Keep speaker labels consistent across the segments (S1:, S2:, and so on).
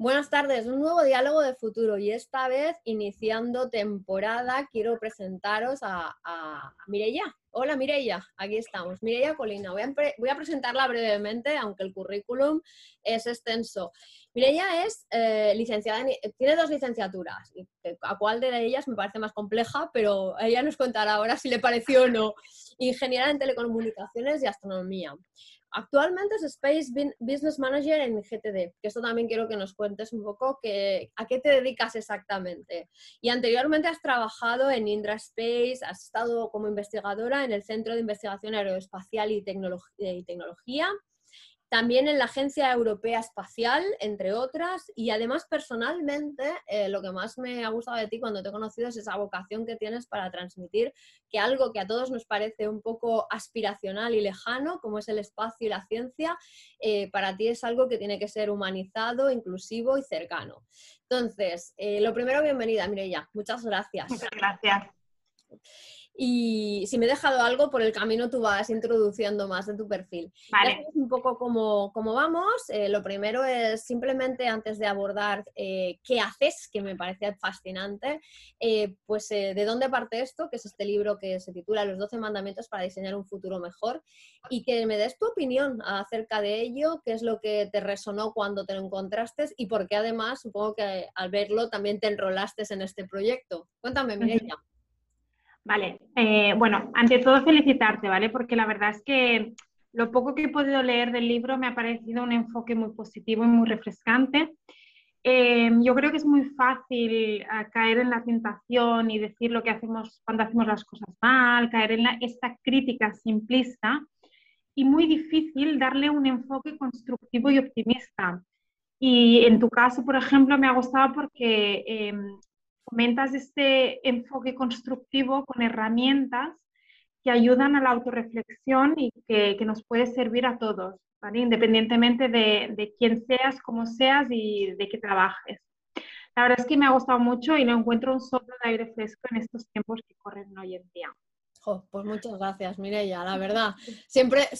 S1: Buenas tardes, un nuevo diálogo de futuro y esta vez iniciando temporada quiero presentaros a Mireia. Hola Mireia, aquí estamos. Mireia Colina, voy a presentarla brevemente, aunque el currículum es extenso. Mireia es licenciada, tiene 2 licenciaturas, a cuál de ellas me parece más compleja, pero ella nos contará ahora si le pareció o no. Ingeniera en telecomunicaciones y astronomía. Actualmente es Space Business Manager en GTD, que esto también quiero que nos cuentes un poco a qué te dedicas exactamente. Y anteriormente has trabajado en Indra Space, has estado como investigadora en el Centro de Investigación Aeroespacial y Tecnología, también en la Agencia Europea Espacial, entre otras, y además personalmente lo que más me ha gustado de ti cuando te he conocido es esa vocación que tienes para transmitir que algo que a todos nos parece un poco aspiracional y lejano, como es el espacio y la ciencia, para ti es algo que tiene que ser humanizado, inclusivo y cercano. Entonces, lo primero, bienvenida, Mireia. Muchas gracias.
S2: Muchas gracias.
S1: Y si me he dejado algo, por el camino tú vas introduciendo más de tu perfil.
S2: Vale.
S1: Ya sabes un poco cómo vamos. Lo primero es simplemente antes de abordar qué haces, que me parece fascinante, de dónde parte esto, que es este libro que se titula Los 12 mandamientos para diseñar un futuro mejor, y que me des tu opinión acerca de ello, qué es lo que te resonó cuando te lo encontraste y por qué además supongo que al verlo también te enrolaste en este proyecto. Cuéntame, Mireia.
S2: Vale, bueno, ante todo felicitarte, ¿vale? Porque la verdad es que lo poco que he podido leer del libro me ha parecido un enfoque muy positivo y muy refrescante. Yo creo que es muy fácil caer en la tentación y decir lo que hacemos cuando hacemos las cosas mal, caer en esta crítica simplista y muy difícil darle un enfoque constructivo y optimista. Y en tu caso, por ejemplo, me ha gustado porque comentas este enfoque constructivo con herramientas que ayudan a la autorreflexión y que nos puede servir a todos, ¿vale? Independientemente de quién seas, cómo seas y de qué trabajes. La verdad es que me ha gustado mucho y lo encuentro un soplo de aire fresco en estos tiempos que corren hoy en día.
S1: Pues muchas gracias, Mireia, la verdad. Siempre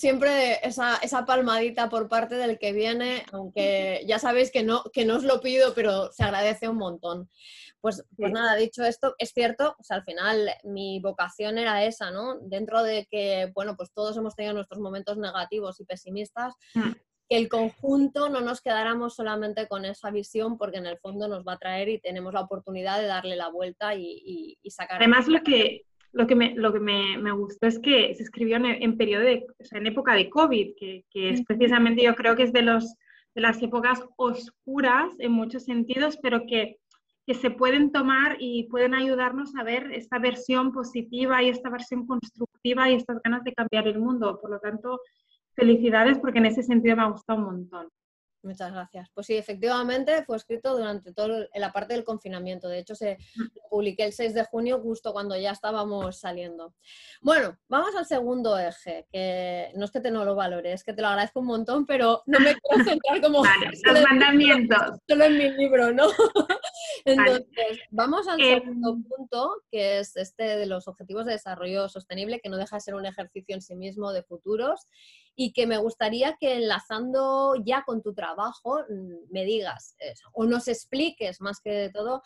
S1: esa palmadita por parte del que viene, aunque ya sabéis que no os lo pido, pero se agradece un montón. Pues nada, dicho esto, es cierto, o sea, al final mi vocación era esa, ¿no? Dentro de que, bueno, pues todos hemos tenido nuestros momentos negativos y pesimistas, que el conjunto no nos quedáramos solamente con esa visión, porque en el fondo nos va a traer y tenemos la oportunidad de darle la vuelta y sacar...
S2: Además, lo que me gustó es que se escribió en periodo en época de COVID, que es precisamente, yo creo que es de las épocas oscuras en muchos sentidos, pero que se pueden tomar y pueden ayudarnos a ver esta versión positiva y esta versión constructiva y estas ganas de cambiar el mundo. Por lo tanto, felicidades porque en ese sentido me ha gustado un montón.
S1: Muchas gracias. Pues sí, efectivamente fue escrito durante toda la parte del confinamiento. De hecho, lo publiqué el 6 de junio, justo cuando ya estábamos saliendo. Bueno, vamos al segundo eje, que no es que no lo valore, es que te lo agradezco un montón, pero no me quiero centrar como...
S2: Vale, los mandamientos.
S1: Solo en mi libro, ¿no? Entonces, vamos al segundo punto, que es este de los Objetivos de Desarrollo Sostenible, que no deja de ser un ejercicio en sí mismo de futuros, y que me gustaría que enlazando ya con tu trabajo me digas o nos expliques más que de todo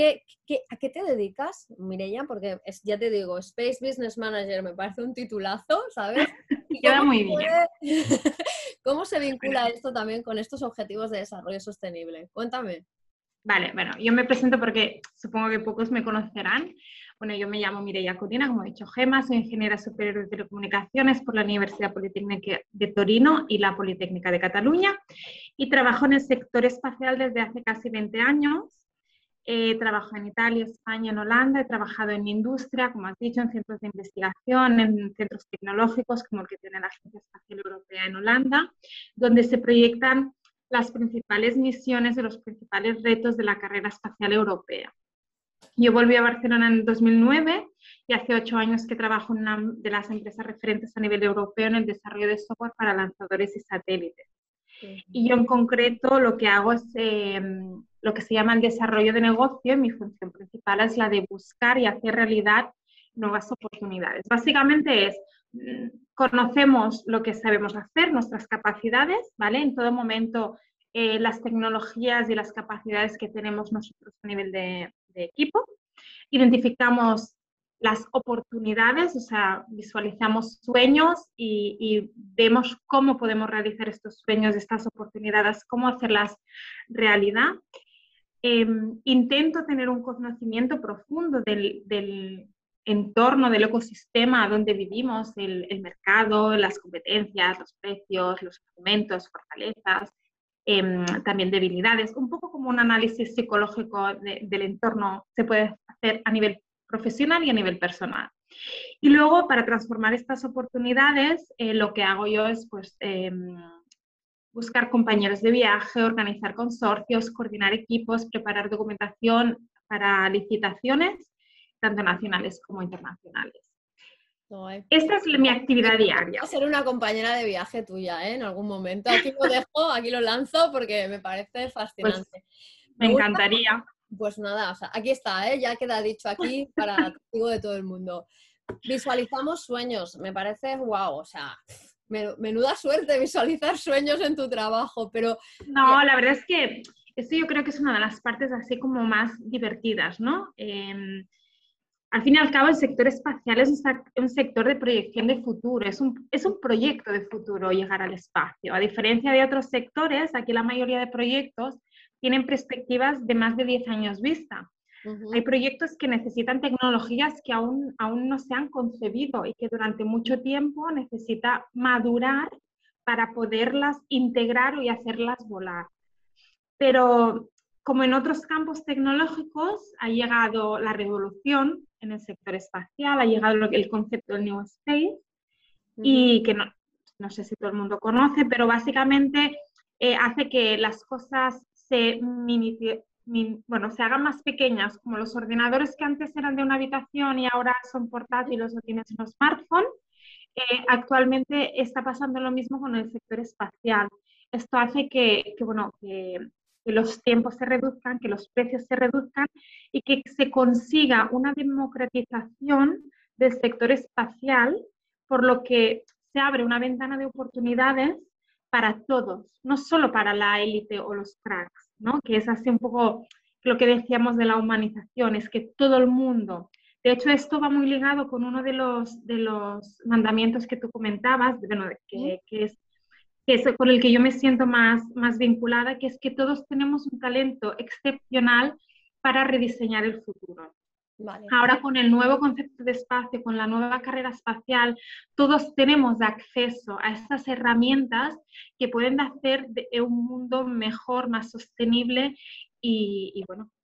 S1: ¿a qué te dedicas, Mireia? Porque ya te digo, Space Business Manager me parece un titulazo, ¿sabes?
S2: Queda muy bien.
S1: ¿Cómo se vincula esto también con estos Objetivos de Desarrollo Sostenible? Cuéntame.
S2: Vale, bueno, yo me presento porque supongo que pocos me conocerán. Bueno, yo me llamo Mireia Colina, como ha dicho Gemma, soy ingeniera superior de telecomunicaciones por la Universidad Politécnica de Torino y la Politécnica de Cataluña y trabajo en el sector espacial desde hace casi 20 años. Trabajo en Italia, España, en Holanda, he trabajado en industria, como has dicho, en centros de investigación, en centros tecnológicos como el que tiene la Agencia Espacial Europea en Holanda, donde se proyectan las principales misiones de los principales retos de la carrera espacial europea. Yo volví a Barcelona en 2009 y hace 8 años que trabajo en una de las empresas referentes a nivel europeo en el desarrollo de software para lanzadores y satélites. Y yo en concreto lo que hago es lo que se llama el desarrollo de negocio. Mi función principal es la de buscar y hacer realidad nuevas oportunidades. Básicamente es, conocemos lo que sabemos hacer, nuestras capacidades, ¿vale? En todo momento las tecnologías y las capacidades que tenemos nosotros a nivel de equipo. Identificamos las oportunidades, o sea, visualizamos sueños y vemos cómo podemos realizar estos sueños, estas oportunidades, cómo hacerlas realidad. Intento tener un conocimiento profundo del entorno, del ecosistema donde vivimos, el mercado, las competencias, los precios, los argumentos, fortalezas, también debilidades, un poco como un análisis psicológico del entorno se puede hacer a nivel profesional y a nivel personal. Y luego, para transformar estas oportunidades, lo que hago yo es pues, buscar compañeros de viaje, organizar consorcios, coordinar equipos, preparar documentación para licitaciones, tanto nacionales como internacionales. Esta es mi actividad diaria.
S1: Voy a ser una compañera de viaje tuya, ¿eh? En algún momento. Aquí lo dejo, aquí lo lanzo porque me parece fascinante.
S2: Pues, me encantaría.
S1: Pues nada, o sea, aquí está, ¿eh? Ya queda dicho aquí para testigo de todo el mundo. Visualizamos sueños, me parece guau, o sea, menuda suerte visualizar sueños en tu trabajo, pero...
S2: No, la verdad es que esto yo creo que es una de las partes así como más divertidas, ¿no? Al fin y al cabo, el sector espacial es un sector de proyección de futuro, es un proyecto de futuro llegar al espacio. A diferencia de otros sectores, aquí la mayoría de proyectos tienen perspectivas de más de 10 años vista. Hay proyectos que necesitan tecnologías que aún no se han concebido y que durante mucho tiempo necesita madurar para poderlas integrar y hacerlas volar. Pero como en otros campos tecnológicos, ha llegado la revolución en el sector espacial, ha llegado el concepto del New Space, y que no sé si todo el mundo conoce, pero básicamente hace que las cosas se hagan más pequeñas, como los ordenadores que antes eran de una habitación y ahora son portátiles o tienes un smartphone. Actualmente está pasando lo mismo con el sector espacial. Esto hace que los tiempos se reduzcan, que los precios se reduzcan y que se consiga una democratización del sector espacial, por lo que se abre una ventana de oportunidades para todos, no solo para la élite o los cracks, ¿no? Que es así un poco lo que decíamos de la humanización, es que todo el mundo... De hecho, esto va muy ligado con uno de los mandamientos que tú comentabas, que es con el que yo me siento más vinculada, que es que todos tenemos un talento excepcional para rediseñar el futuro. Vale. Ahora, con el nuevo concepto de espacio, con la nueva carrera espacial, todos tenemos acceso a estas herramientas que pueden hacer de un mundo mejor, más sostenible y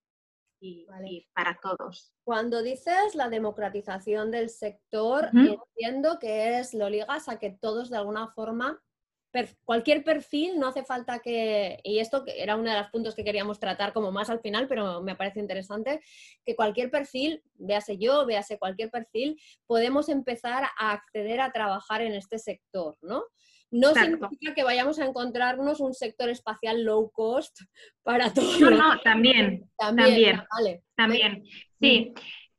S2: para todos.
S1: Cuando dices la democratización del sector, entiendo que lo ligas a que todos de alguna forma, cualquier perfil, no hace falta que, y esto era uno de los puntos que queríamos tratar como más al final, pero me parece interesante, que cualquier perfil, véase yo, véase cualquier perfil, podemos empezar a acceder a trabajar en este sector, ¿no? No significa que vayamos a encontrarnos un sector espacial low cost para todos.
S2: No, también.
S1: Vale.
S2: También, sí.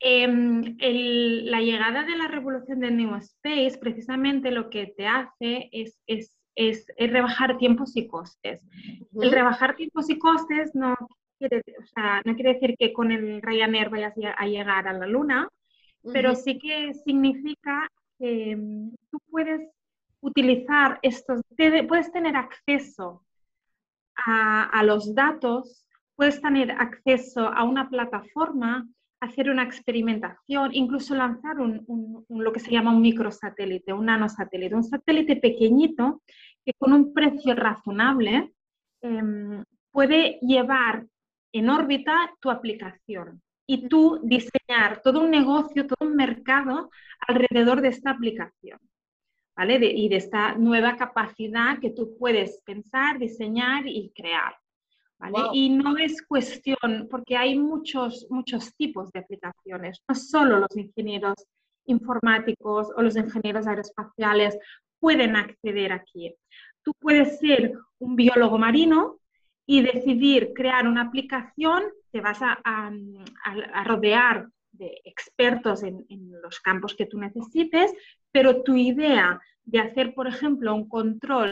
S2: La llegada de la revolución del New Space precisamente lo que te hace es rebajar tiempos y costes. El rebajar tiempos y costes no quiere decir que con el Ryanair vayas a llegar a la Luna, pero sí que significa que tú puedes utilizar puedes tener acceso a los datos, puedes tener acceso a una plataforma, hacer una experimentación, incluso lanzar lo que se llama un microsatélite, un nanosatélite, un satélite pequeñito que con un precio razonable puede llevar en órbita tu aplicación y tú diseñar todo un negocio, todo un mercado alrededor de esta aplicación. ¿Vale? Y de esta nueva capacidad que tú puedes pensar, diseñar y crear. ¿Vale? Wow. Y no es cuestión, porque hay muchos tipos de aplicaciones, no solo los ingenieros informáticos o los ingenieros aeroespaciales pueden acceder aquí. Tú puedes ser un biólogo marino y decidir crear una aplicación, te vas a rodear de expertos en los campos que tú necesites, pero tu idea de hacer, por ejemplo, un control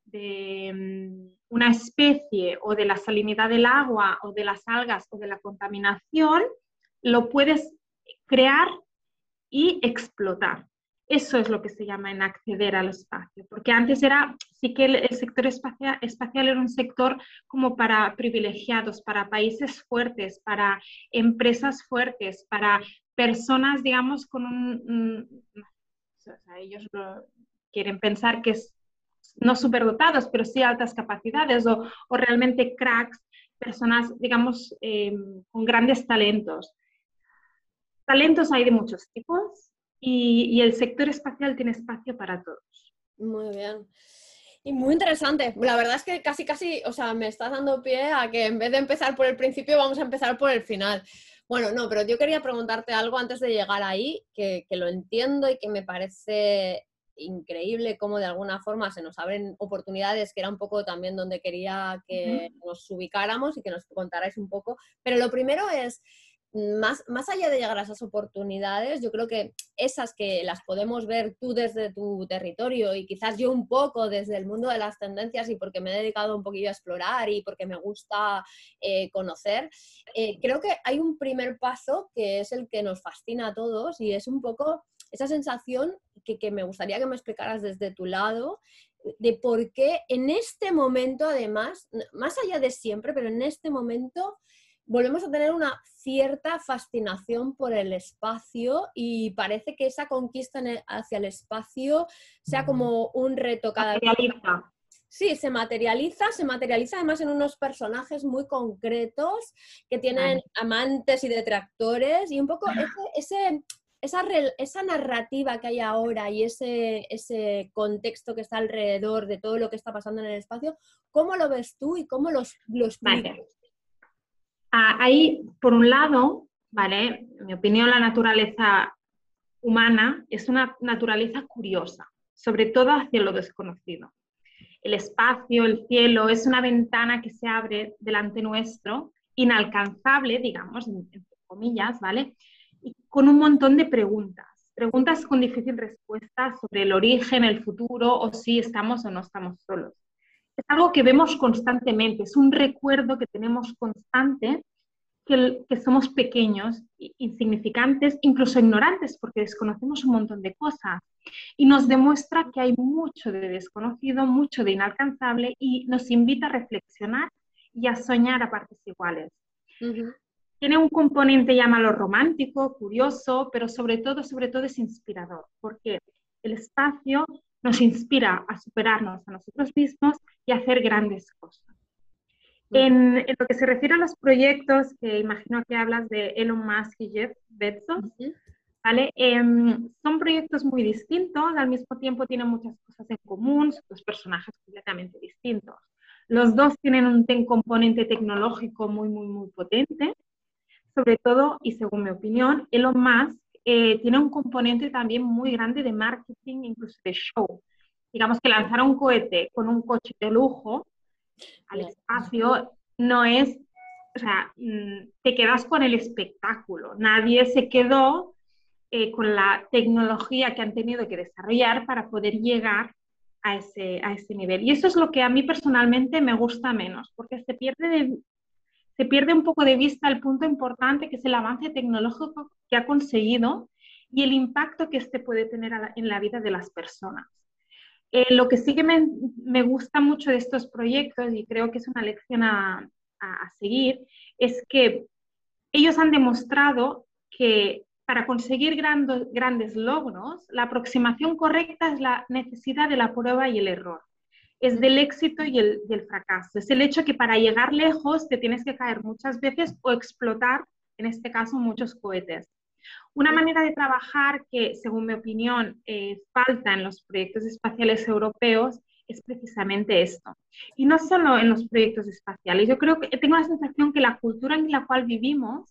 S2: una especie o de la salinidad del agua o de las algas o de la contaminación, lo puedes crear y explotar. Eso es lo que se llama en acceder al espacio, porque antes era, sí que el sector espacial era un sector como para privilegiados, para países fuertes, para empresas fuertes, para personas, digamos, con o sea, ellos quieren pensar que es no superdotados, pero sí altas capacidades o realmente cracks, personas, digamos, con grandes talentos. Talentos hay de muchos tipos y el sector espacial tiene espacio para todos.
S1: Muy bien. Y muy interesante. La verdad es que casi, o sea, me estás dando pie a que en vez de empezar por el principio, vamos a empezar por el final. Bueno, no, pero yo quería preguntarte algo antes de llegar ahí, que lo entiendo y que me parece increíble cómo de alguna forma se nos abren oportunidades, que era un poco también donde quería que nos ubicáramos y que nos contarais un poco. Pero lo primero es, más allá de llegar a esas oportunidades, yo creo que esas que las podemos ver tú desde tu territorio y quizás yo un poco desde el mundo de las tendencias y porque me he dedicado un poquillo a explorar y porque me gusta conocer, creo que hay un primer paso que es el que nos fascina a todos y es un poco esa sensación que me gustaría que me explicaras desde tu lado de por qué en este momento, además, más allá de siempre, pero en este momento volvemos a tener una cierta fascinación por el espacio y parece que esa conquista hacia el espacio sea como un reto cada vez. Sí, se materializa además en unos personajes muy concretos que tienen amantes y detractores y un poco esa narrativa que hay ahora y ese contexto que está alrededor de todo lo que está pasando en el espacio, ¿cómo lo ves tú y cómo lo explicas?
S2: Vale. Ahí, por un lado, ¿vale? En mi opinión, la naturaleza humana es una naturaleza curiosa, sobre todo hacia lo desconocido. El espacio, el cielo, es una ventana que se abre delante nuestro, inalcanzable, digamos, entre comillas, ¿vale? Y con un montón de preguntas con difícil respuesta sobre el origen, el futuro, o si estamos o no estamos solos. Es algo que vemos constantemente, es un recuerdo que tenemos constante, que somos pequeños, insignificantes, incluso ignorantes, porque desconocemos un montón de cosas. Y nos demuestra que hay mucho de desconocido, mucho de inalcanzable, y nos invita a reflexionar y a soñar a partes iguales. Tiene un componente, llámalo romántico, curioso, pero sobre todo es inspirador, porque el espacio nos inspira a superarnos a nosotros mismos y a hacer grandes cosas. En lo que se refiere a los proyectos, que imagino que hablas de Elon Musk y Jeff Bezos, ¿vale? Son proyectos muy distintos, al mismo tiempo tienen muchas cosas en común, son dos personajes completamente distintos. Los dos tienen un componente tecnológico muy, muy, muy potente. Sobre todo, y según mi opinión, Elon Musk tiene un componente también muy grande de marketing, incluso de show. Digamos que lanzar un cohete con un coche de lujo al espacio no es, o sea, te quedas con el espectáculo. Nadie se quedó con la tecnología que han tenido que desarrollar para poder llegar a ese nivel. Y eso es lo que a mí personalmente me gusta menos, porque se pierde un poco de vista el punto importante que es el avance tecnológico que ha conseguido y el impacto que este puede tener en la vida de las personas. Lo que sí que me gusta mucho de estos proyectos, y creo que es una lección a seguir, es que ellos han demostrado que para conseguir grandes logros, la aproximación correcta es la necesidad de la prueba y el error. Es del éxito y el fracaso. Es el hecho que para llegar lejos te tienes que caer muchas veces o explotar, en este caso, muchos cohetes. Una manera de trabajar que, según mi opinión, falta en los proyectos espaciales europeos es precisamente esto. Y no solo en los proyectos espaciales. Yo creo que tengo la sensación que la cultura en la cual vivimos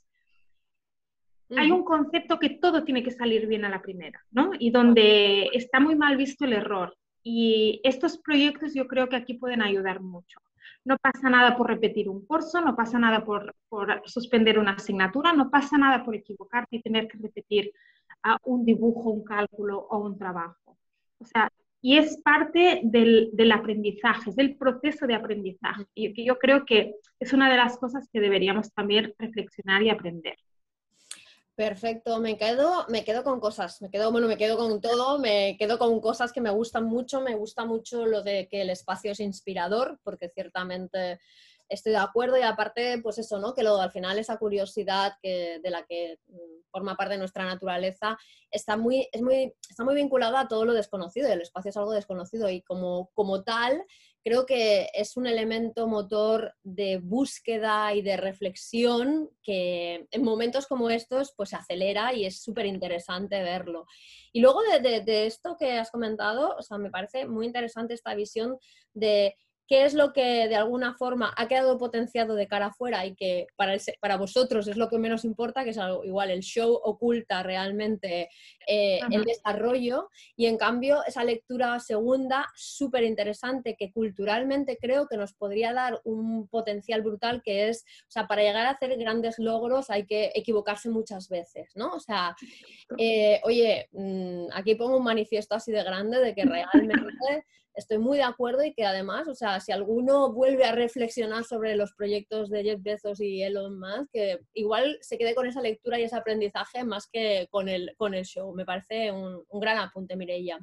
S2: hay un concepto que todo tiene que salir bien a la primera, ¿no? Y donde está muy mal visto el error. Y estos proyectos yo creo que aquí pueden ayudar mucho. No pasa nada por repetir un curso, no pasa nada por suspender una asignatura, no pasa nada por equivocarte y tener que repetir un dibujo, un cálculo o un trabajo. O sea, y es parte del aprendizaje, es del proceso de aprendizaje. Y que yo creo que es una de las cosas que deberíamos también reflexionar y aprender.
S1: Perfecto, me quedo con cosas, me quedo con todo, me quedo con cosas que me gustan mucho, me gusta mucho lo de que el espacio es inspirador, porque ciertamente estoy de acuerdo y aparte, pues eso, ¿no? Que al final esa curiosidad de la que forma parte de nuestra naturaleza está muy vinculada a todo lo desconocido y el espacio es algo desconocido y como tal creo que es un elemento motor de búsqueda y de reflexión que en momentos como estos pues se acelera y es súper interesante verlo. Y luego de esto que has comentado, o sea, me parece muy interesante esta visión de qué es lo que de alguna forma ha quedado potenciado de cara afuera y que para vosotros es lo que menos importa, que es algo, igual el show oculta realmente el desarrollo y en cambio esa lectura segunda súper interesante que culturalmente creo que nos podría dar un potencial brutal que es, o sea, para llegar a hacer grandes logros hay que equivocarse muchas veces, ¿no? O sea, oye, aquí pongo un manifiesto así de grande de que realmente estoy muy de acuerdo y que además, o sea, si alguno vuelve a reflexionar sobre los proyectos de Jeff Bezos y Elon Musk, que igual se quede con esa lectura y ese aprendizaje más que con el show. Me parece un gran apunte, Mireia.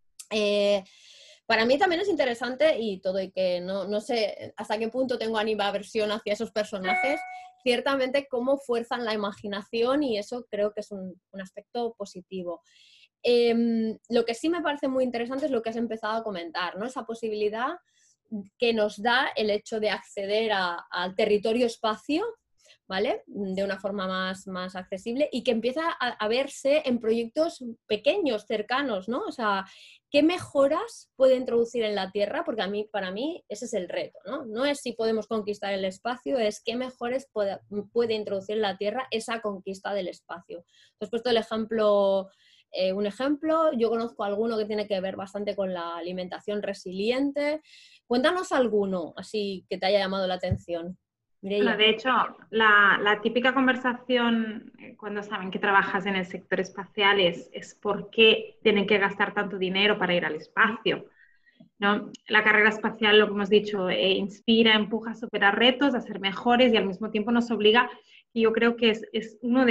S1: Para mí también es interesante y todo, y que no sé hasta qué punto tengo animaversión hacia esos personajes, ciertamente cómo fuerzan la imaginación y eso creo que es un aspecto positivo. Lo que sí me parece muy interesante es lo que has empezado a comentar, ¿no? Esa posibilidad que nos da el hecho de acceder al territorio espacio, ¿vale? De una forma más accesible y que empieza a verse en proyectos pequeños, cercanos, ¿no? O sea, ¿qué mejoras puede introducir en la Tierra? Porque para mí ese es el reto, ¿no? No es si podemos conquistar el espacio, es qué mejores puede introducir en la Tierra esa conquista del espacio. Te has puesto el ejemplo... un ejemplo, yo conozco alguno que tiene que ver bastante con la alimentación resiliente. Cuéntanos alguno así que te haya llamado la atención.
S2: Bueno,
S1: Mireia.
S2: de hecho, la típica conversación cuando saben que trabajas en el sector espacial es por qué tienen que gastar tanto dinero para ir al espacio, ¿no? La carrera espacial, lo que hemos dicho, inspira, empuja a superar retos, a ser mejores y al mismo tiempo nos obliga, y yo creo que es uno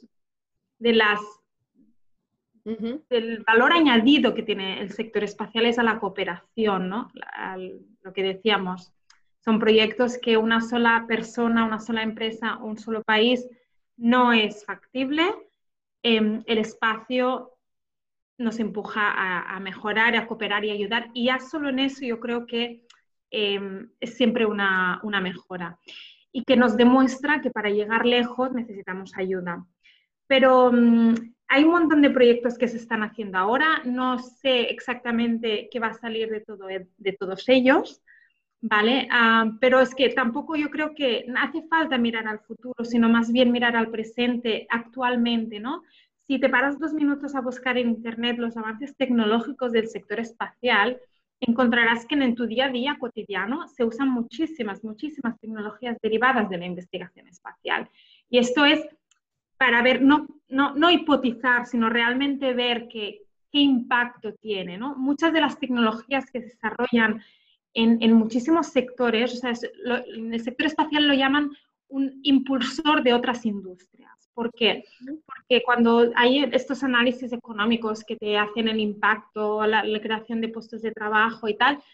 S2: del valor añadido que tiene el sector espacial es a la cooperación, ¿no? Lo que decíamos, son proyectos que una sola persona, una sola empresa, un solo país no es factible. El espacio nos empuja a mejorar, a cooperar y ayudar, y ya solo en eso yo creo que es siempre una mejora y que nos demuestra que para llegar lejos necesitamos ayuda. Pero hay un montón de proyectos que se están haciendo ahora, no sé exactamente qué va a salir de todos ellos, ¿vale? Pero es que tampoco yo creo que hace falta mirar al futuro, sino más bien mirar al presente actualmente, ¿no? Si te paras 2 minutos a buscar en Internet los avances tecnológicos del sector espacial, encontrarás que en tu día a día cotidiano se usan muchísimas tecnologías derivadas de la investigación espacial. Y esto es para ver, no hipotizar, sino realmente ver qué impacto tiene, ¿no? Muchas de las tecnologías que se desarrollan en muchísimos sectores, o sea, en el sector espacial lo llaman un impulsor de otras industrias. ¿Por qué? Porque cuando hay estos análisis económicos que te hacen el impacto, la creación de puestos de trabajo y tal,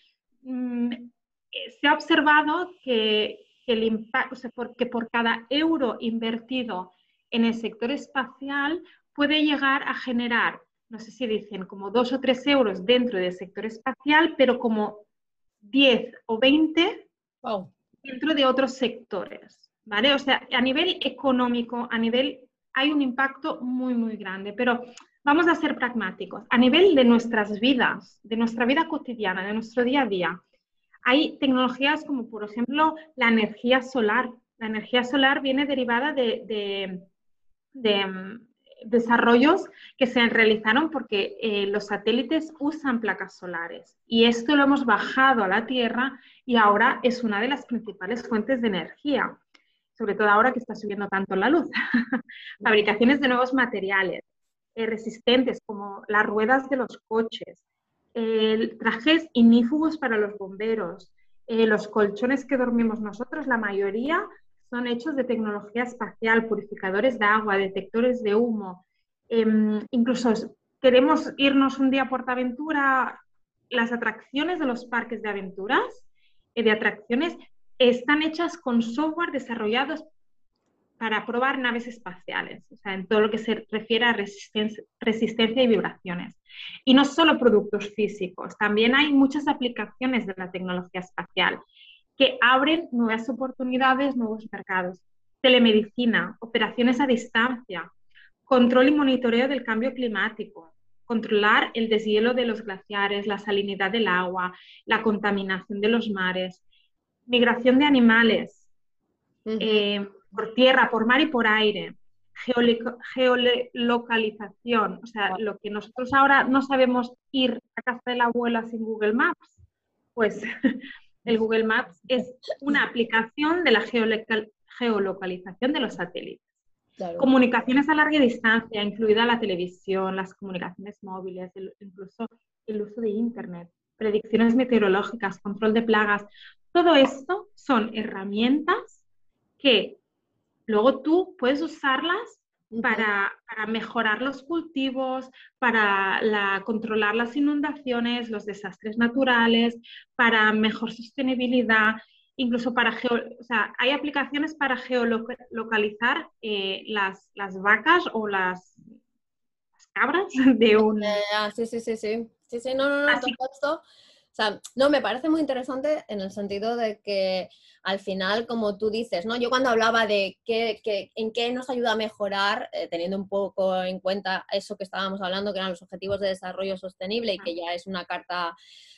S2: se ha observado que el impacto, o sea, porque por cada euro invertido en el sector espacial puede llegar a generar, no sé si dicen como 2 o 3 euros dentro del sector espacial, pero como 10 o 20 dentro de otros sectores, ¿vale? O sea, a nivel económico, hay un impacto muy grande, pero vamos a ser pragmáticos. A nivel de nuestras vidas, de nuestra vida cotidiana, de nuestro día a día, hay tecnologías como, por ejemplo, la energía solar. La energía solar viene derivada de desarrollos que se realizaron porque los satélites usan placas solares y esto lo hemos bajado a la Tierra y ahora es una de las principales fuentes de energía, sobre todo ahora que está subiendo tanto la luz. Fabricaciones de nuevos materiales resistentes como las ruedas de los coches, trajes ignífugos para los bomberos, los colchones que dormimos nosotros, la mayoría son hechos de tecnología espacial, purificadores de agua, detectores de humo. Incluso queremos irnos un día a PortAventura, las atracciones de los parques de aventuras, de atracciones, están hechas con software desarrollados para probar naves espaciales, o sea, en todo lo que se refiere a resistencia y vibraciones. Y no solo productos físicos, también hay muchas aplicaciones de la tecnología espacial que abren nuevas oportunidades, nuevos mercados. Telemedicina, operaciones a distancia, control y monitoreo del cambio climático, controlar el deshielo de los glaciares, la salinidad del agua, la contaminación de los mares, migración de animales, por tierra, por mar y por aire, geolocalización, o sea, lo que nosotros ahora no sabemos ir a casa de la abuela sin Google Maps, pues el Google Maps es una aplicación de la geolocalización de los satélites. Claro. Comunicaciones a larga distancia, incluida la televisión, las comunicaciones móviles, incluso el uso de Internet, predicciones meteorológicas, control de plagas. Todo esto son herramientas que luego tú puedes usarlas para mejorar los cultivos, para controlar las inundaciones, los desastres naturales, para mejor sostenibilidad, incluso para o sea, hay aplicaciones para geolocalizar las vacas o las cabras de un...
S1: Sí, no, todo esto... O sea, no, me parece muy interesante en el sentido de que al final, como tú dices, ¿no? Yo cuando hablaba de en qué nos ayuda a mejorar, teniendo un poco en cuenta eso que estábamos hablando, que eran los Objetivos de Desarrollo Sostenible y que ya es una carta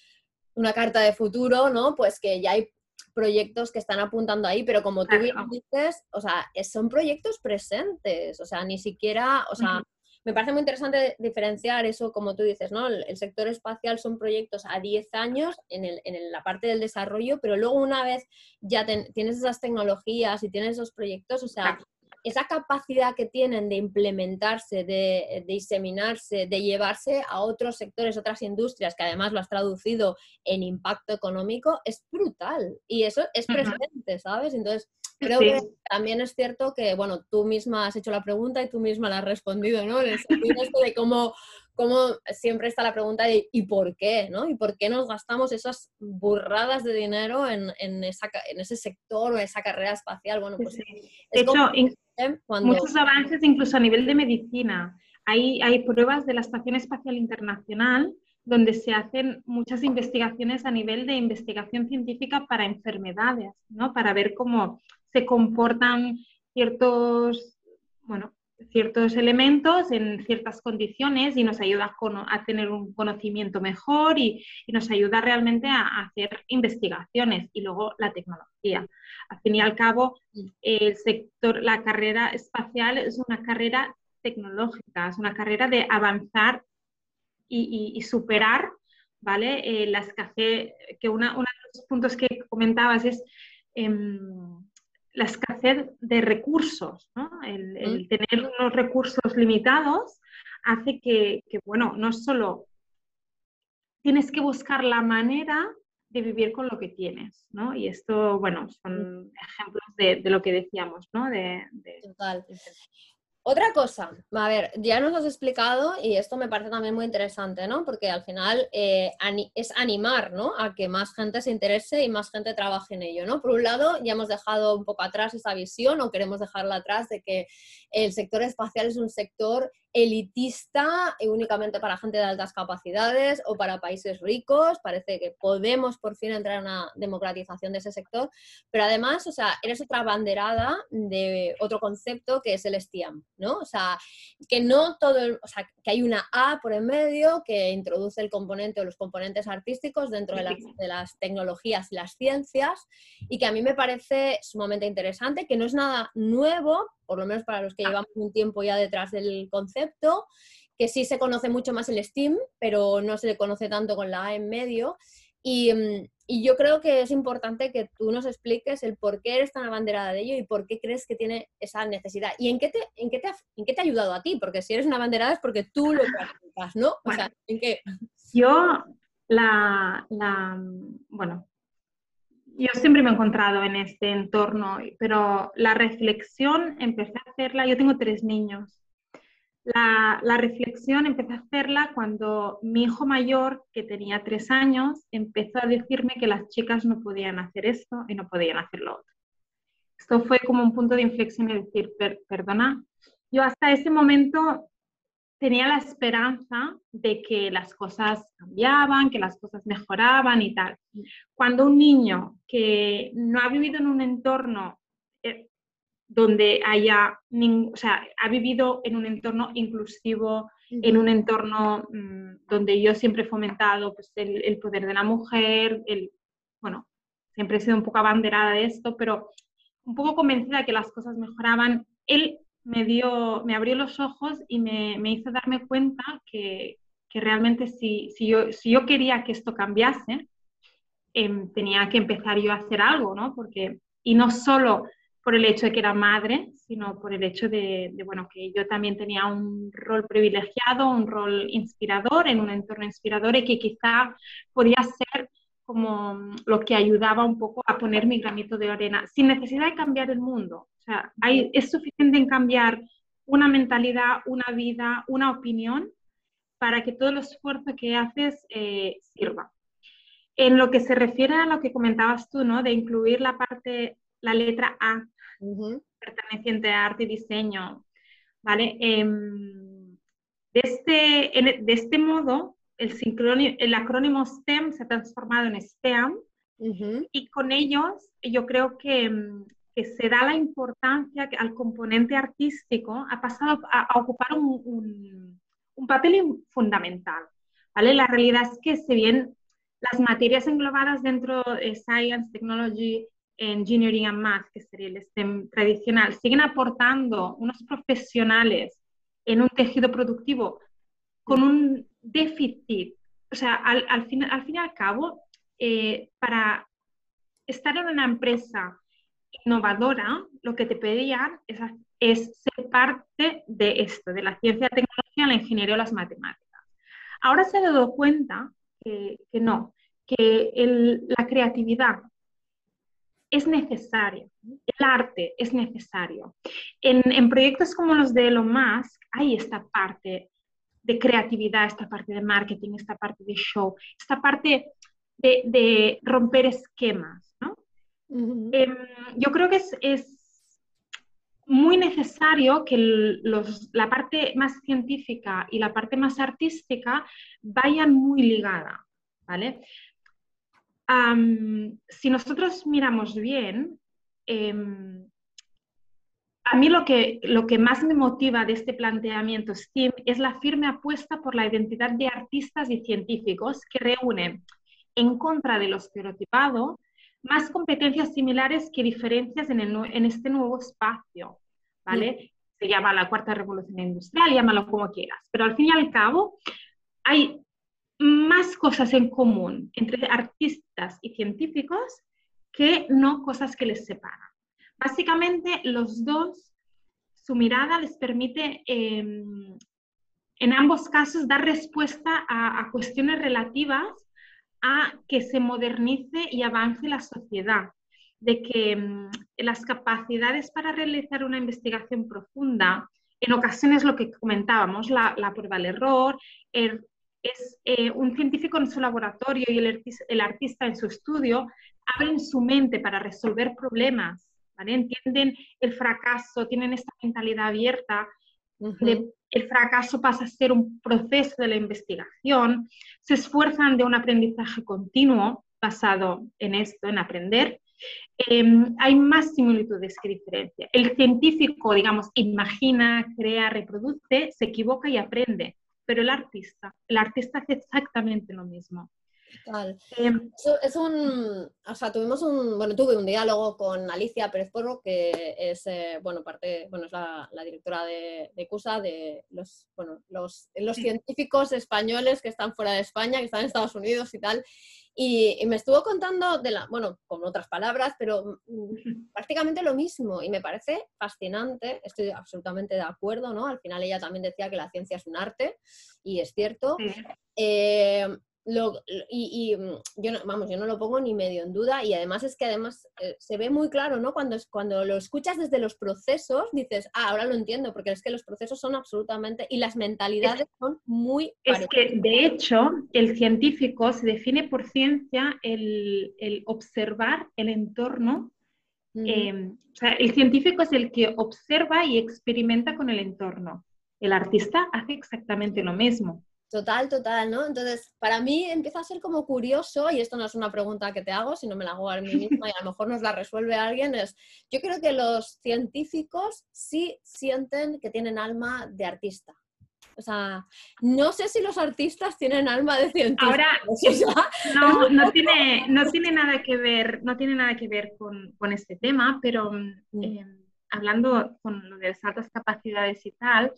S1: de futuro, ¿no? Pues que ya hay proyectos que están apuntando ahí, pero como tú bien dices, o sea, son proyectos presentes, o sea, ni siquiera, o sea, me parece muy interesante diferenciar eso, como tú dices, ¿no? El sector espacial son proyectos a 10 años en la parte del desarrollo, pero luego una vez ya tienes esas tecnologías y tienes esos proyectos, o sea, esa capacidad que tienen de implementarse, de diseminarse, de llevarse a otros sectores, otras industrias, que además lo has traducido en impacto económico, es brutal. Y eso es presente, ¿sabes? Entonces, creo que también es cierto que, bueno, tú misma has hecho la pregunta y tú misma la has respondido, ¿no? En el sentido esto de cómo siempre está la pregunta de ¿y por qué? ¿No? ¿Y por qué nos gastamos esas burradas de dinero en ese sector o esa carrera espacial? Bueno, pues
S2: de hecho, muchos avances incluso a nivel de medicina. Hay pruebas de la Estación Espacial Internacional donde se hacen muchas investigaciones a nivel de investigación científica para enfermedades, ¿no? Para ver cómo se comportan ciertos elementos en ciertas condiciones y nos ayuda a tener un conocimiento mejor y nos ayuda realmente a hacer investigaciones y luego la tecnología. Al fin y al cabo, la carrera espacial es una carrera tecnológica, es una carrera de avanzar y superar, ¿vale? La escasez, que uno de los puntos que comentabas es la escasez de recursos, ¿no? El tener unos recursos limitados hace que, bueno, no solo tienes que buscar la manera de vivir con lo que tienes, ¿no? Y esto, bueno, son ejemplos de lo que decíamos, ¿no?
S1: Total. Otra cosa, a ver, ya nos has explicado y esto me parece también muy interesante, ¿no? Porque al final es animar, ¿no? A que más gente se interese y más gente trabaje en ello, ¿no? Por un lado, ya hemos dejado un poco atrás esa visión o queremos dejarla atrás de que el sector espacial es un sector elitista y únicamente para gente de altas capacidades o para países ricos. Parece que podemos por fin entrar en una democratización de ese sector, pero además, o sea, eres otra banderada de otro concepto que es el STEAM, ¿no? O sea, que no todo, o sea, que hay una A por en medio que introduce el componente o los componentes artísticos dentro de las tecnologías y las ciencias y que a mí me parece sumamente interesante, que no es nada nuevo, por lo menos para los que llevamos un tiempo ya detrás del concepto, que sí se conoce mucho más el STEAM, pero no se le conoce tanto con la A en medio. Y yo creo que es importante que tú nos expliques el por qué eres tan abanderada de ello y por qué crees que tiene esa necesidad. ¿Y en qué te ha ayudado a ti? Porque si eres una abanderada es porque tú lo practicas, ¿no?
S2: Bueno,
S1: o sea, ¿en qué?
S2: Yo bueno, yo siempre me he encontrado en este entorno, pero la reflexión empecé a hacerla, yo tengo 3 niños. La reflexión empecé a hacerla cuando mi hijo mayor, que tenía 3 años, empezó a decirme que las chicas no podían hacer esto y no podían hacer lo otro. Esto fue como un punto de inflexión y decir, perdona, yo hasta ese momento tenía la esperanza de que las cosas cambiaban, que las cosas mejoraban y tal. Cuando un niño que no ha vivido en un entorno donde haya, o sea, ha vivido en un entorno inclusivo, en un entorno donde yo siempre he fomentado pues, el poder de la mujer, bueno, siempre he sido un poco abanderada de esto, pero un poco convencida de que las cosas mejoraban. Él me abrió los ojos y me hizo darme cuenta que realmente si yo quería que esto cambiase, tenía que empezar yo a hacer algo, ¿no? Porque, y no solo por el hecho de que era madre, sino por el hecho bueno, que yo también tenía un rol privilegiado, un rol inspirador, en un entorno inspirador y que quizá podía ser como lo que ayudaba un poco a poner mi granito de arena, sin necesidad de cambiar el mundo. O sea, es suficiente en cambiar una mentalidad, una vida, una opinión, para que todo el esfuerzo que haces sirva. En lo que se refiere a lo que comentabas tú, ¿no? De incluir la letra A, perteneciente a arte y diseño, ¿vale? De este modo, el acrónimo STEM se ha transformado en STEAM y con ellos yo creo que se da la importancia al componente artístico, ha pasado a ocupar un papel fundamental, ¿vale? La realidad es que si bien las materias englobadas dentro de Science, Technology, Engineering and Math, que sería el STEM tradicional, siguen aportando unos profesionales en un tejido productivo con un déficit. O sea, al fin y al cabo, para estar en una empresa innovadora, lo que te pedían es ser parte de esto, de la ciencia, la tecnología, la ingeniería o las matemáticas. Ahora se ha dado cuenta que no, que la creatividad es necesaria, el arte es necesario. En proyectos como los de Elon Musk hay esta parte de creatividad, esta parte de marketing, esta parte de show, esta parte de romper esquemas, ¿no? Yo creo que es muy necesario que la parte más científica y la parte más artística vayan muy ligadas, ¿vale? Si nosotros miramos bien, a mí lo que más me motiva de este planteamiento STEAM es la firme apuesta por la identidad de artistas y científicos que reúnen, en contra de lo estereotipado, más competencias similares que diferencias en este nuevo espacio, ¿vale? Se llama la cuarta revolución industrial, llámalo como quieras, pero al fin y al cabo hay más cosas en común entre artistas y científicos que no cosas que les separan. Básicamente, los dos, su mirada les permite, en ambos casos, dar respuesta a cuestiones relativas a que se modernice y avance la sociedad, de que las capacidades para realizar una investigación profunda, en ocasiones lo que comentábamos, la prueba al error, un científico en su laboratorio y el artista en su estudio abren su mente para resolver problemas, ¿vale? Entienden el fracaso, tienen esta mentalidad abierta, el fracaso pasa a ser un proceso de la investigación, se esfuerzan de un aprendizaje continuo basado en esto, en aprender. Hay más similitudes que diferencias. El científico, digamos, imagina, crea, reproduce, se equivoca y aprende, pero el artista hace exactamente lo mismo.
S1: Total. O sea, tuve un diálogo con Alicia Pérez Porro, que es, es la directora de CUSA, de los científicos españoles que están fuera de España, que están en Estados Unidos y tal, y me estuvo contando con otras palabras, pero prácticamente lo mismo, y me parece fascinante, estoy absolutamente de acuerdo, ¿no? Al final ella también decía que la ciencia es un arte, y es cierto. Yo no, vamos, yo no lo pongo ni medio en duda y además es que se ve muy claro, ¿no? Cuando lo escuchas desde los procesos, dices, ahora lo entiendo, porque es que los procesos son absolutamente, y las mentalidades son muy
S2: Es
S1: parecidas.
S2: que, de hecho, el científico se define por ciencia el observar el entorno.
S1: Ujú.
S2: O sea, el científico es el que observa y experimenta con el entorno. El artista hace exactamente lo mismo.
S1: Total, total, ¿no? Entonces, para mí empieza a ser como curioso, y esto no es una pregunta que te hago, sino me la hago a mí misma y a lo mejor nos la resuelve alguien, yo creo que los científicos sí sienten que tienen alma de artista. O sea, no sé si los artistas tienen alma de científicos.
S2: Ahora,
S1: O sea, es
S2: no,
S1: un
S2: no
S1: poco...
S2: tiene, no tiene nada que ver, no tiene nada que ver con este tema, pero hablando con lo de las altas capacidades y tal,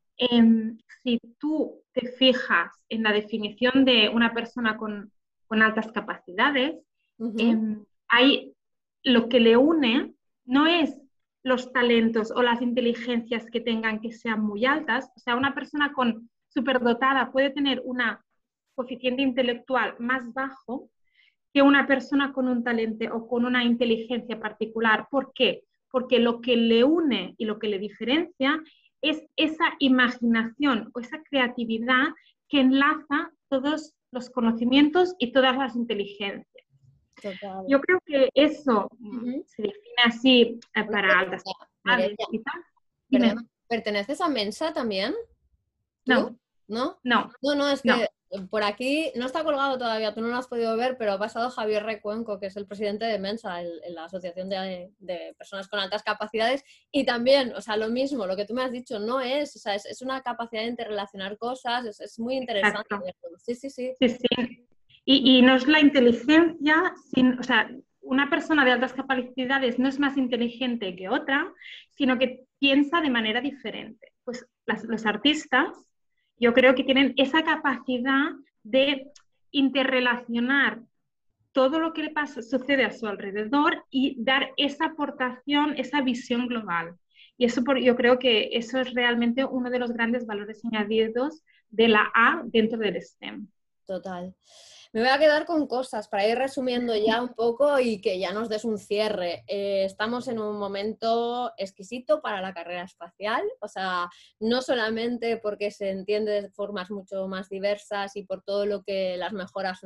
S2: si tú te fijas en la definición de una persona con altas capacidades,
S1: Ujú.
S2: hay, lo que le une no es los talentos o las inteligencias que tengan que sean muy altas. O sea, una persona con superdotada puede tener una coeficiente intelectual más bajo que una persona con un talento o con una inteligencia particular. ¿Por qué? Porque lo que le une y lo que le diferencia es esa imaginación o esa creatividad que enlaza todos los conocimientos y todas las inteligencias.
S1: Total.
S2: Yo creo que eso
S1: Ujú.
S2: se define así
S1: Una
S2: para altas
S1: pregunta,
S2: capacidades
S1: Mireia,
S2: y tal.
S1: perdona,
S2: Dime,
S1: ¿perteneces a Mensa también? ¿Tú?
S2: no,
S1: ¿No?
S2: no,
S1: No, no, es
S2: no.
S1: que por aquí no está colgado todavía, tú no lo has podido ver, pero ha pasado Javier Recuenco, que es el presidente de Mensa, en la Asociación de Personas con Altas Capacidades, y también, o sea, lo mismo, lo que tú me has dicho, no es, o sea, es una capacidad de interrelacionar cosas, es muy interesante.
S2: Exacto.
S1: Sí, sí, sí.
S2: Sí, sí. Y no es la inteligencia, o sea, una persona de altas capacidades no es más inteligente que otra, sino que piensa de manera diferente. Pues los artistas, yo creo que tienen esa capacidad de interrelacionar todo lo que le pasa, sucede a su alrededor y dar esa aportación, esa visión global. Y eso yo creo que eso es realmente uno de los grandes valores añadidos de la A dentro del STEM.
S1: Total. Me voy a quedar con cosas para ir resumiendo ya un poco y que ya nos des un cierre. Estamos en un momento exquisito para la carrera espacial, o sea, no solamente porque se entiende de formas mucho más diversas y por todo lo que las mejoras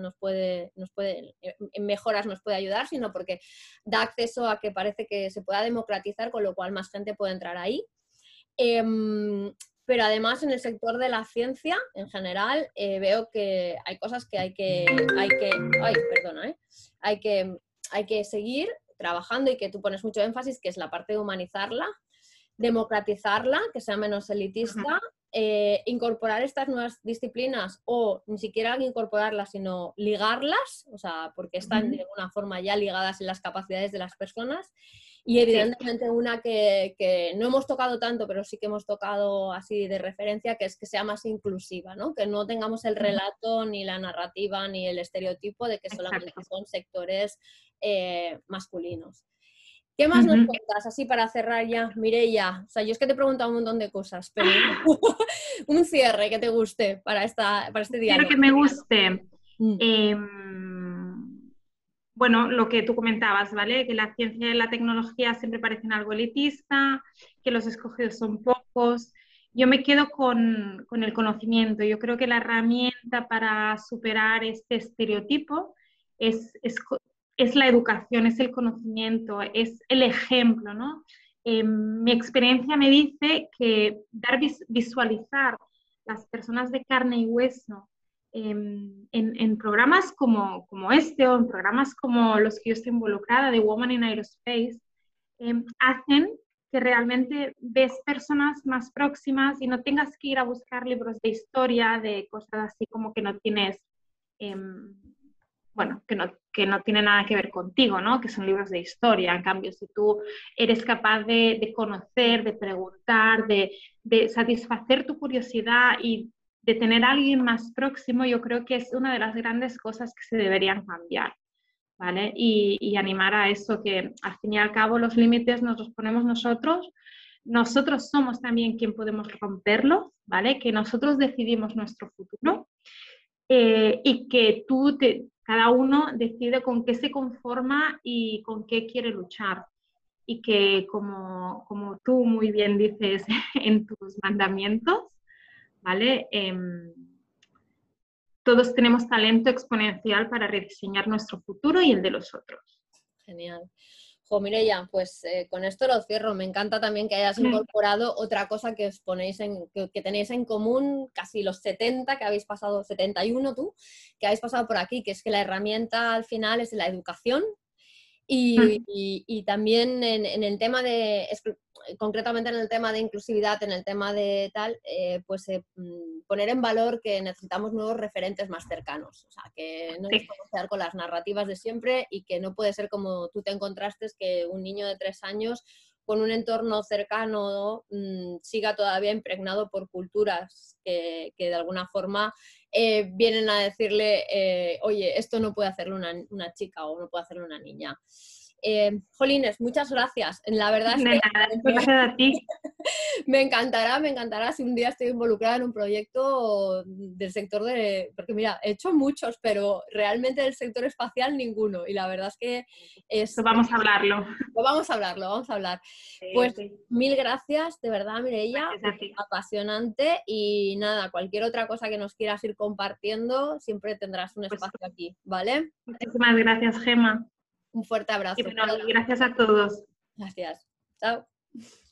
S1: en mejoras nos puede ayudar, sino porque da acceso a que parece que se pueda democratizar, con lo cual más gente puede entrar ahí. Pero además en el sector de la ciencia en general veo que hay cosas que hay que seguir trabajando y que tú pones mucho énfasis, que es la parte de humanizarla, democratizarla, que sea menos elitista, incorporar estas nuevas disciplinas o ni siquiera incorporarlas, sino ligarlas, o sea, porque están de alguna forma ya ligadas en las capacidades de las personas. Y
S2: Sí.
S1: evidentemente una que no hemos tocado tanto, pero sí que hemos tocado así de referencia, que es que sea más inclusiva, ¿no? Que no tengamos el relato, ni la narrativa, ni el estereotipo de que solamente
S2: Exacto.
S1: son sectores masculinos. ¿Qué más nos
S2: Uh-huh.
S1: cuentas? Así para cerrar ya, Mireia. O sea, yo es que te he preguntado un montón de cosas, pero un cierre que te guste para este
S2: Quiero
S1: diálogo.
S2: que me guste.
S1: Mm.
S2: Eh, bueno, lo que tú comentabas, ¿vale? Que la ciencia y la tecnología siempre parecen algo elitista, que los escogidos son pocos. Yo me quedo con el conocimiento. Yo creo que la herramienta para superar este estereotipo es la educación, es el conocimiento, es el ejemplo, ¿no? Mi experiencia me dice que visualizar las personas de carne y hueso en programas como este o en programas como los que yo estoy involucrada, de Women in Aerospace, hacen que realmente ves personas más próximas y no tengas que ir a buscar libros de historia, de cosas así como que no tienes, bueno, que no tiene nada que ver contigo, ¿no? Que son libros de historia. En cambio, si tú eres capaz de conocer, de preguntar, de satisfacer tu curiosidad y de tener a alguien más próximo, yo creo que es una de las grandes cosas que se deberían cambiar, ¿vale? Y animar a eso, que al fin y al cabo los límites nos los ponemos nosotros somos también quien podemos romperlos, ¿vale? Que nosotros decidimos nuestro futuro y que cada uno decide con qué se conforma y con qué quiere luchar. Y que, como tú muy bien dices en tus mandamientos, ¿vale? Todos tenemos talento exponencial para rediseñar nuestro futuro y el de los otros.
S1: Genial. Jo, Mireia, pues con esto lo cierro. Me encanta también que hayas incorporado otra cosa que os ponéis que tenéis en común casi los 70 que habéis pasado, 71 tú, que habéis pasado por aquí, que es que la herramienta al final es la educación. Y también en el tema concretamente en el tema de inclusividad, en el tema de tal, poner en valor que necesitamos nuevos referentes más cercanos. O sea, que no nos podemos quedar con las narrativas de siempre y que no puede ser como tú te encontraste, que un niño de 3 años con un entorno cercano siga todavía impregnado por culturas que de alguna forma vienen a decirle, oye, esto no puede hacerlo una chica o no puede hacerlo una niña. Jolines, muchas gracias. La verdad es que
S2: gracias a ti.
S1: me encantará si un día estoy involucrada en un proyecto del sector porque mira, he hecho muchos, pero realmente del sector espacial ninguno. Y la verdad es que
S2: vamos a hablarlo.
S1: Vamos a hablar. Pues mil gracias, de verdad, Mireia. Apasionante. Y nada, cualquier otra cosa que nos quieras ir compartiendo, siempre tendrás un espacio aquí, ¿vale?
S2: Muchísimas gracias, Gemma.
S1: Un fuerte abrazo.
S2: Y bueno, gracias a todos.
S1: Gracias. Chao.